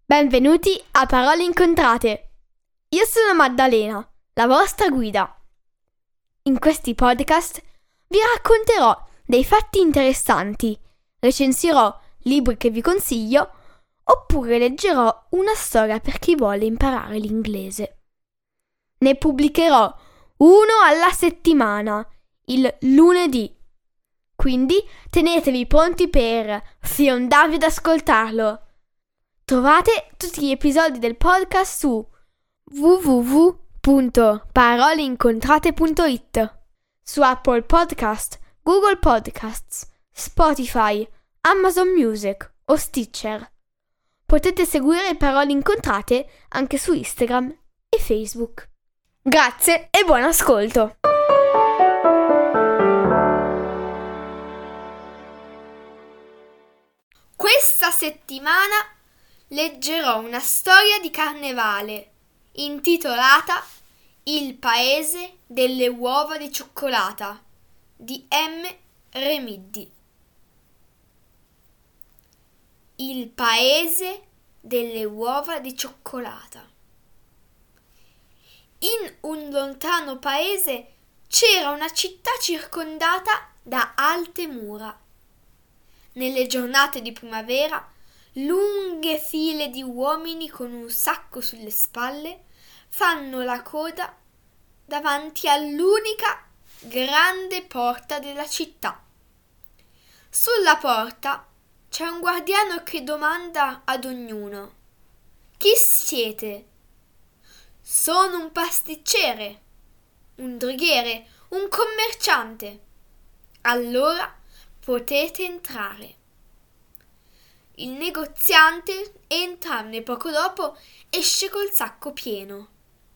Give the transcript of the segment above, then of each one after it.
Benvenuti a Parole Incontrate. Io sono Maddalena, la vostra guida. In questi podcast vi racconterò dei fatti interessanti, recensirò libri che vi consiglio oppure leggerò una storia per chi vuole imparare l'inglese. Ne pubblicherò uno alla settimana, il lunedì. Quindi tenetevi pronti per fiondarvi ad ascoltarlo. Trovate tutti gli episodi del podcast su www.paroleincontrate.it, su Apple Podcast, Google Podcasts, Spotify, Amazon Music o Stitcher. Potete seguire Parole Incontrate anche su Instagram e Facebook. Grazie e buon ascolto! Questa settimana leggerò una storia di carnevale intitolata Il paese delle uova di cioccolata di M. Remidi. Il paese delle uova di cioccolata. In un lontano paese c'era una città circondata da alte mura. Nelle giornate di primavera lunghe file di uomini con un sacco sulle spalle fanno la coda davanti all'unica grande porta della città. Sulla porta c'è un guardiano che domanda ad ognuno: «Chi siete?» «Sono un pasticcere, un droghiere, un commerciante». «Allora potete entrare». Il negoziante, entrando e poco dopo, esce col sacco pieno.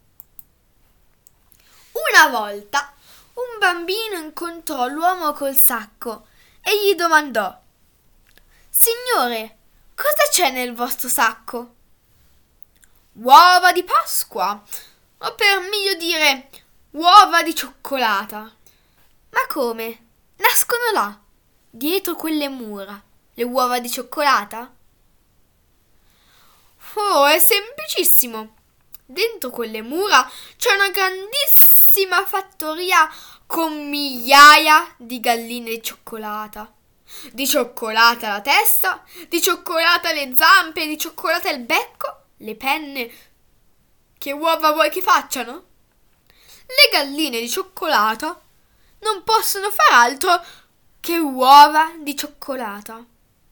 Una volta un bambino incontrò l'uomo col sacco e gli domandò: «Signore, cosa c'è nel vostro sacco?» «Uova di Pasqua, o per meglio dire uova di cioccolata». «Ma come? Nascono là, dietro quelle mura, le uova di cioccolata?» «Oh, è semplicissimo. Dentro quelle mura c'è una grandissima fattoria con migliaia di galline di cioccolata. Di cioccolata la testa, di cioccolata le zampe, di cioccolata il becco, le penne. Che uova vuoi che facciano? Le galline di cioccolata non possono far altro che uova di cioccolata».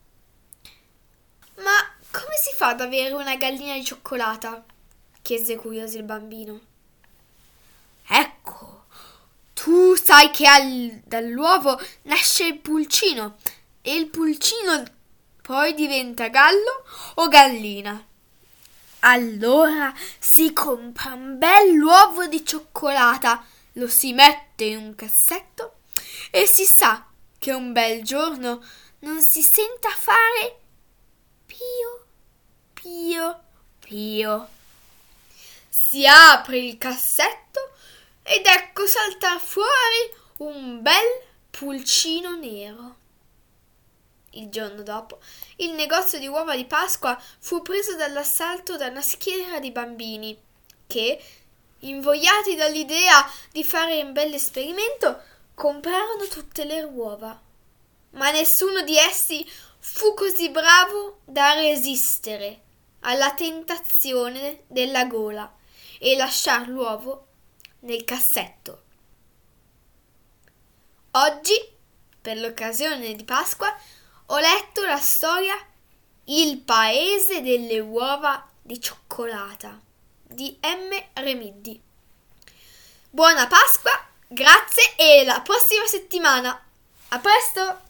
«Ma come si fa ad avere una gallina di cioccolata?» chiese curioso il bambino. «Ecco, tu sai che dall'uovo nasce il pulcino e il pulcino poi diventa gallo o gallina. Allora si compra un bell'uovo di cioccolata, lo si mette in un cassetto e si sa che un bel giorno non si senta fare pio, pio, pio. Si apre il cassetto ed ecco saltar fuori un bel pulcino nero». Il giorno dopo il negozio di uova di Pasqua fu preso dall'assalto da una schiera di bambini che, invogliati dall'idea di fare un bell'esperimento, comprarono tutte le uova. Ma nessuno di essi fu così bravo da resistere alla tentazione della gola e lasciar l'uovo nel cassetto. Oggi, per l'occasione di Pasqua, ho letto la storia Il paese delle uova di cioccolata di M. Remidi. Buona Pasqua, grazie e la prossima settimana. A presto!